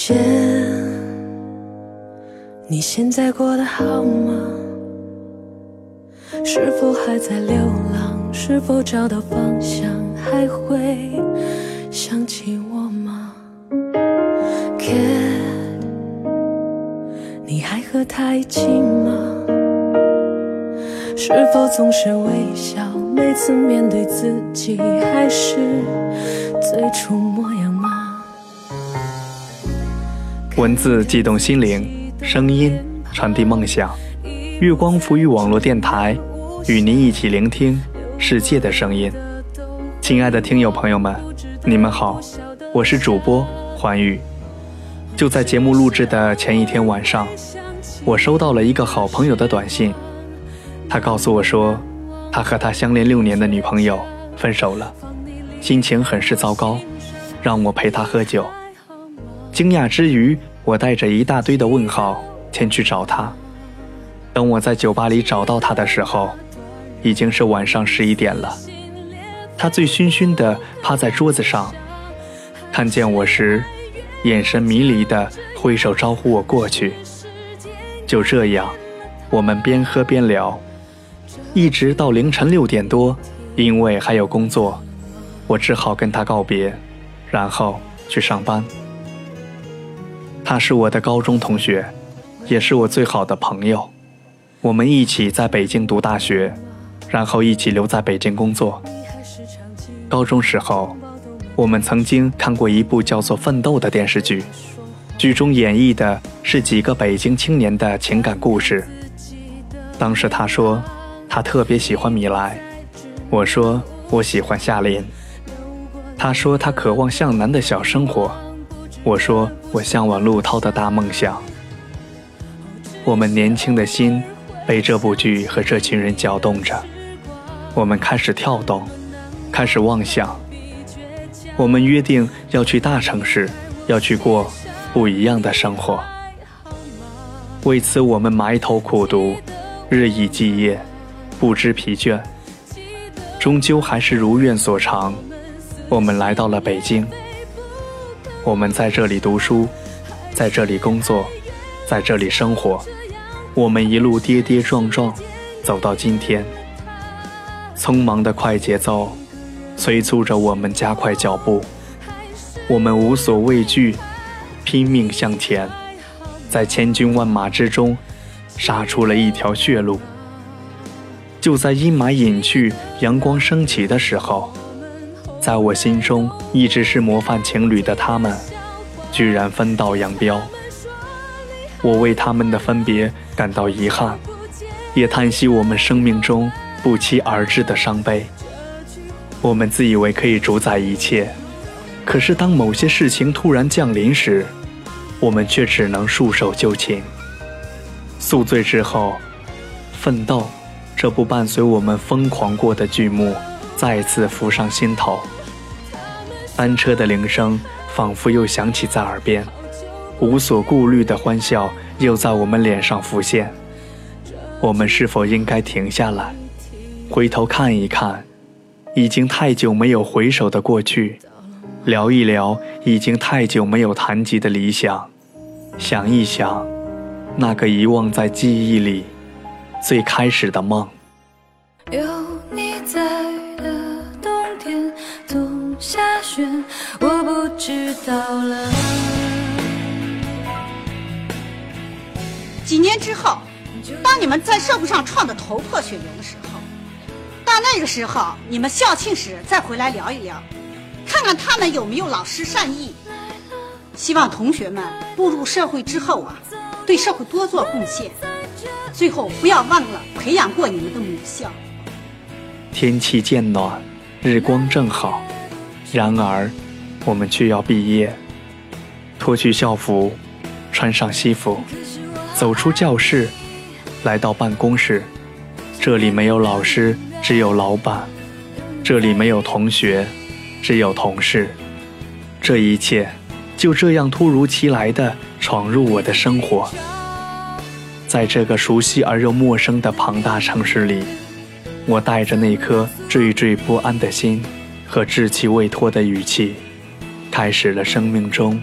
见，你现在过得好吗？是否还在流浪？是否找到方向？还会想起我吗 Cat， 你还和他一起吗？是否总是微笑？每次面对自己还是最初模样吗？ 文字悸动心灵，声音传递梦想。月光浮于网络电台，与您一起聆听世界的声音。亲爱的听友朋友们，你们好，我是主播环宇。就在节目录制的前一天晚上，我收到了一个好朋友的短信，他告诉我说，他和他相恋6年的女朋友分手了，心情很是糟糕，让我陪他喝酒。惊讶之余，我带着一大堆的问号前去找他。等我在酒吧里找到他的时候，已经是晚上11点了。他醉醺醺地趴在桌子上，看见我时，眼神迷离地挥手招呼我过去。就这样，我们边喝边聊，一直到凌晨6点多，因为还有工作，我只好跟他告别，然后去上班。他是我的高中同学，也是我最好的朋友。我们一起在北京读大学，然后一起留在北京工作。高中时候，我们曾经看过一部叫做《奋斗》的电视剧，剧中演绎的是几个北京青年的情感故事。当时他说他特别喜欢米莱，我说我喜欢夏琳。他说他渴望向南的小生活，我说我向往陆涛的大梦想。我们年轻的心被这部剧和这群人搅动着，我们开始跳动，开始妄想。我们约定要去大城市，要去过不一样的生活。为此我们埋头苦读，日以继夜，不知疲倦。终究还是如愿所偿，我们来到了北京。我们在这里读书，在这里工作，在这里生活。我们一路跌跌撞撞走到今天，匆忙的快节奏催促着我们加快脚步。我们无所畏惧，拼命向前，在千军万马之中杀出了一条血路。就在阴霾隐去，阳光升起的时候，在我心中一直是模范情侣的他们居然分道扬镳。我为他们的分别感到遗憾，也叹息我们生命中不期而至的伤悲。我们自以为可以主宰一切，可是当某些事情突然降临时，我们却只能束手就擒。宿醉之后，奋斗这部伴随我们疯狂过的剧目再次浮上心头。单车的铃声仿佛又响起在耳边，无所顾虑的欢笑又在我们脸上浮现。我们是否应该停下来，回头看一看已经太久没有回首的过去，聊一聊已经太久没有谈及的理想，想一想那个遗忘在记忆里最开始的梦。 有你在的冬天总下雪，我不知道了。 几年之后，当你们在社会上撞得头破血流的时候，到那个时候你们校庆时再回来聊一聊，看看他们有没有老师善意。希望同学们步入社会之后对社会多做贡献，最后不要忘了培养过你们的母校。 天气渐暖，日光正好，然而我们却要毕业。脱去校服，穿上西服，走出教室，来到办公室。这里没有老师，只有老板；这里没有同学，只有同事。这一切就这样突如其来地闯入我的生活。在这个熟悉而又陌生的庞大城市里，我带着那颗惴惴不安的心和稚气未脱的语气，开始了生命中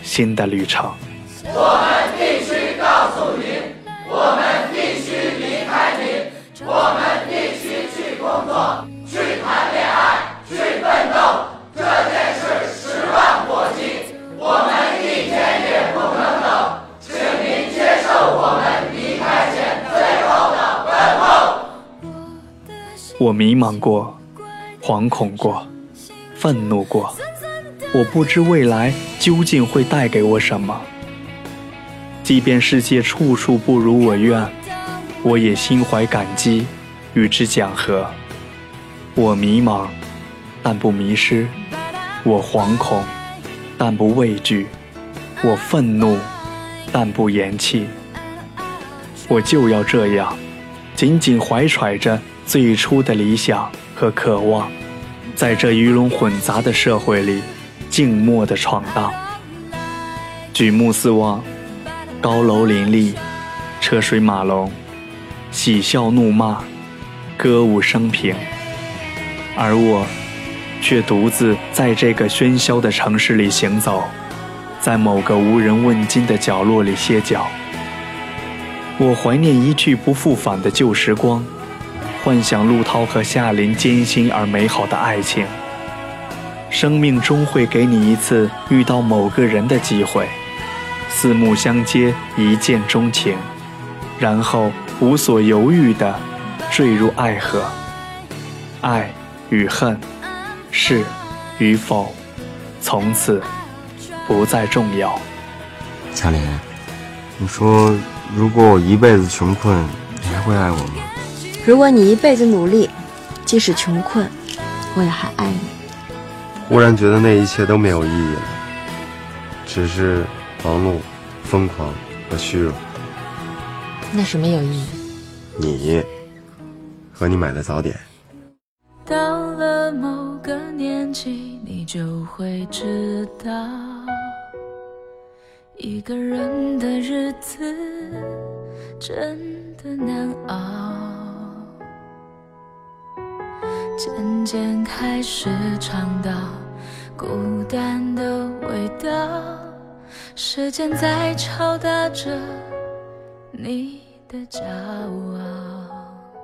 新的旅程。 我们必须告诉您，我们必须离开您，我们必须去工作，去谈恋爱，去奋斗。这件事10万火急，我们一天也不能等，请您接受我们离开前最后的问候。 我迷茫过，惶恐过，愤怒过，我不知未来究竟会带给我什么。即便世界处处不如我愿，我也心怀感激，与之讲和。我迷茫，但不迷失；我惶恐，但不畏惧；我愤怒，但不言弃。我就要这样，紧紧怀揣着最初的理想和渴望，在这鱼龙混杂的社会里静默地闯荡。举目四望，高楼林立，车水马龙，喜笑怒骂，歌舞升平，而我却独自在这个喧嚣的城市里行走，在某个无人问津的角落里歇脚。我怀念一去不复返的旧时光，幻想陆涛和夏琳艰辛而美好的爱情。生命终会给你一次遇到某个人的机会，四目相接，一见钟情，然后无所犹豫地坠入爱河。爱与恨，是与否，从此不再重要。 夏琳，你说如果我一辈子穷困，你还会爱我吗？ 如果你一辈子努力，即使穷困，我也还爱你。 忽然觉得那一切都没有意义了，只是忙碌、疯狂和虚荣。 那什么有意义？ 你和你买的早点。 到了某个年纪，你就会知道，一个人的日子真的难熬。渐渐开始尝到孤单的味道，时间在敲打着你的骄傲。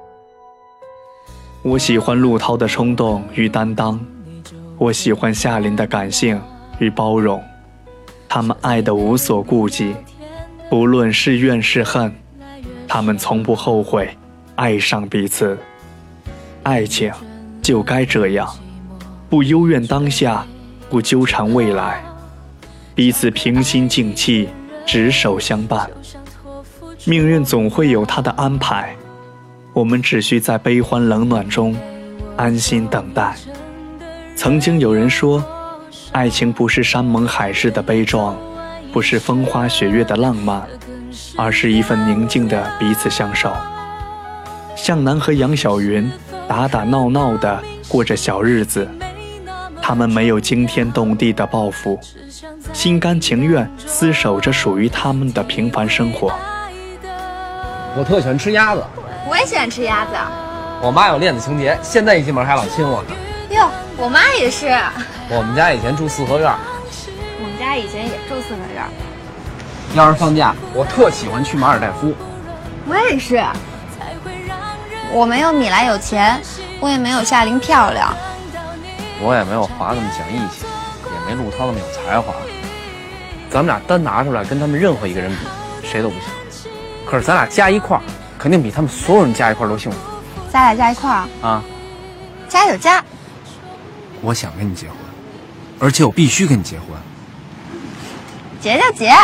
我喜欢陆涛的冲动与担当，我喜欢夏琳的感性与包容。他们爱得无所顾忌，不论是怨是恨，他们从不后悔爱上彼此。爱情就该这样，不幽怨当下，不纠缠未来，彼此平心静气，执手相伴。命运总会有它的安排，我们只需在悲欢冷暖中安心等待。曾经有人说，爱情不是山盟海誓的悲壮，不是风花雪月的浪漫，而是一份宁静的彼此相守。向南和杨晓云打打闹闹地过着小日子，他们没有惊天动地的抱负，心甘情愿厮守着属于他们的平凡生活。 我特喜欢吃鸭子， 我也喜欢吃鸭子。 我妈有恋子情节，现在一进门还老亲我呢。 哟，我妈也是。 我们家以前住四合院， 我们家以前也住四合院。 要是放假，我特喜欢去马尔代夫。 我也是。我没有米兰有钱，我也没有夏琳漂亮， 我也没有华那么讲义气，也没陆涛那么有才华。咱们俩单拿出来跟他们任何一个人比，谁都不行。可是咱俩加一块儿，肯定比他们所有人加一块儿都幸福。 咱俩加一块儿啊， 加有加。 我想跟你结婚，而且我必须跟你结婚。 结就结。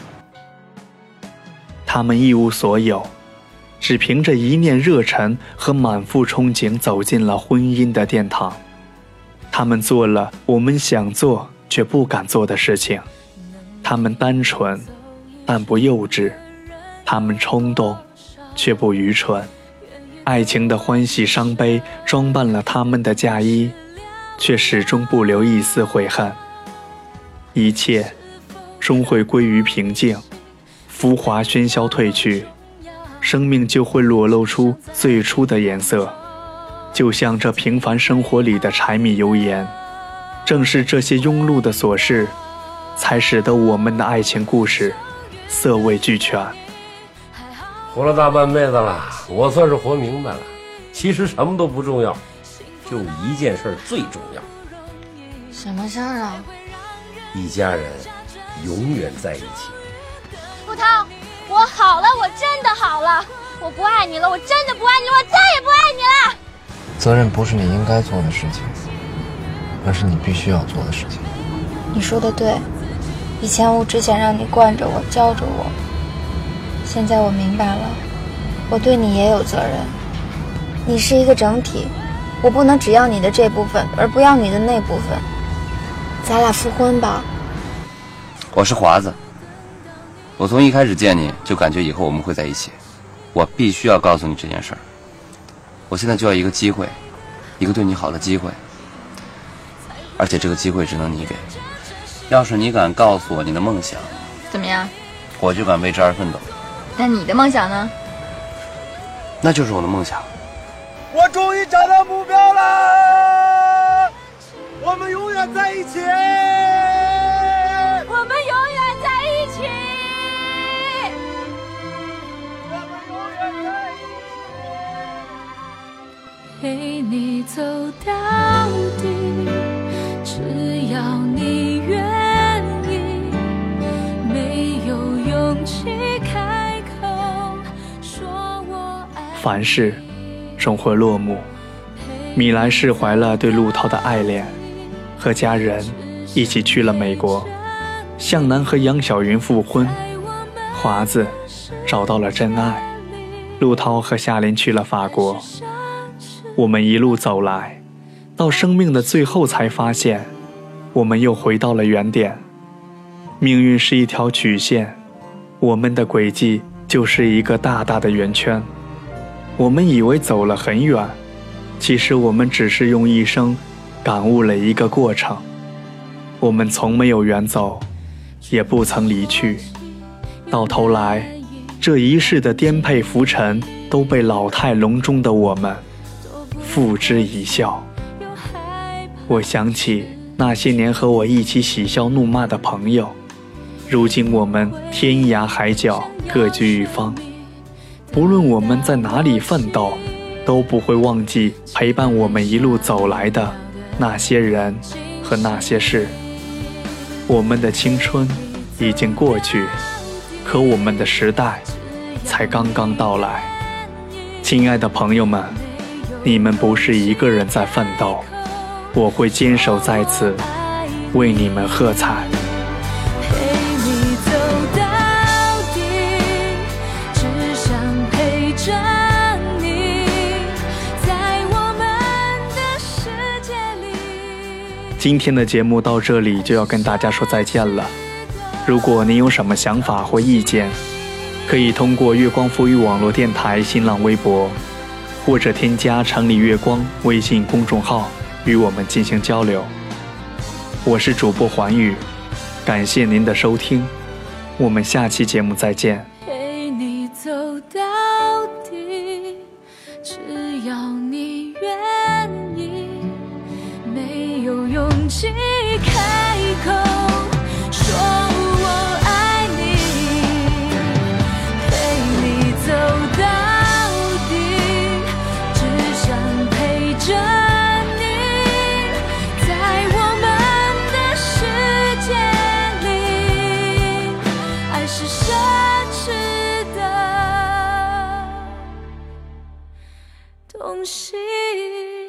他们一无所有，只凭着一念热忱和满腹憧憬走进了婚姻的殿堂。他们做了我们想做却不敢做的事情。他们单纯但不幼稚，他们冲动却不愚蠢。爱情的欢喜伤悲装扮了他们的嫁衣，却始终不留一丝悔恨。一切终会归于平静，浮华喧嚣褪去，生命就会裸露出最初的颜色，就像这平凡生活里的柴米油盐。正是这些庸碌的琐事， 才使得我们的爱情故事色味俱全。 活了大半辈子了，我算是活明白了，其实什么都不重要，就一件事最重要。 什么事儿啊？ 一家人永远在一起。 陆涛，我好了，我真的好了，我不爱你了，我真的不爱你了，我再也不爱你了。 责任不是你应该做的事情，而是你必须要做的事情。 你说的对，以前我只想让你惯着我，教着我，现在我明白了，我对你也有责任。你是一个整体，我不能只要你的这部分，而不要你的那部分。咱俩复婚吧。 我是华子，我从一开始见你就感觉以后我们会在一起，我必须要告诉你这件事儿。我现在就要一个机会，一个对你好的机会，而且这个机会只能你给。要是你敢告诉我你的梦想， 怎么样？ 我就敢为之而奋斗。 那你的梦想呢？ 那就是我的梦想。 我终于找到目标了，我们永远在一起， 我们永远在一起， 我们永远在一起。 陪你走到底，只要你愿意，没有勇气开口说我爱你。 凡事终会落幕，米莱释怀了对陆涛的爱恋，和家人一起去了美国。向南和杨晓云复婚，华子找到了真爱，陆涛和夏琳去了法国。我们一路走来，到生命的最后才发现，我们又回到了原点。命运是一条曲线，我们的轨迹就是一个大大的圆圈。我们以为走了很远，其实我们只是用一生感悟了一个过程。我们从没有远走，也不曾离去，到头来这一世的颠沛浮沉都被老态龙钟的我们付之一笑。我想起那些年和我一起嬉笑怒骂的朋友，如今我们天涯海角各居一方。不论我们在哪里奋斗，都不会忘记陪伴我们一路走来的那些人和那些事。我们的青春已经过去，可我们的时代才刚刚到来。亲爱的朋友们，你们不是一个人在奋斗，我会坚守在此，为你们喝彩。今天的节目到这里就要跟大家说再见了。如果您有什么想法或意见，可以通过月光浮语网络电台新浪微博，或者添加城里月光微信公众号与我们进行交流。我是主播环宇，感谢您的收听，我们下期节目再见。 陪你走到底，只要你愿意，没有勇气开口说我爱你，陪你走到底，只想陪着你，在我们的世界里，爱是奢侈的东西。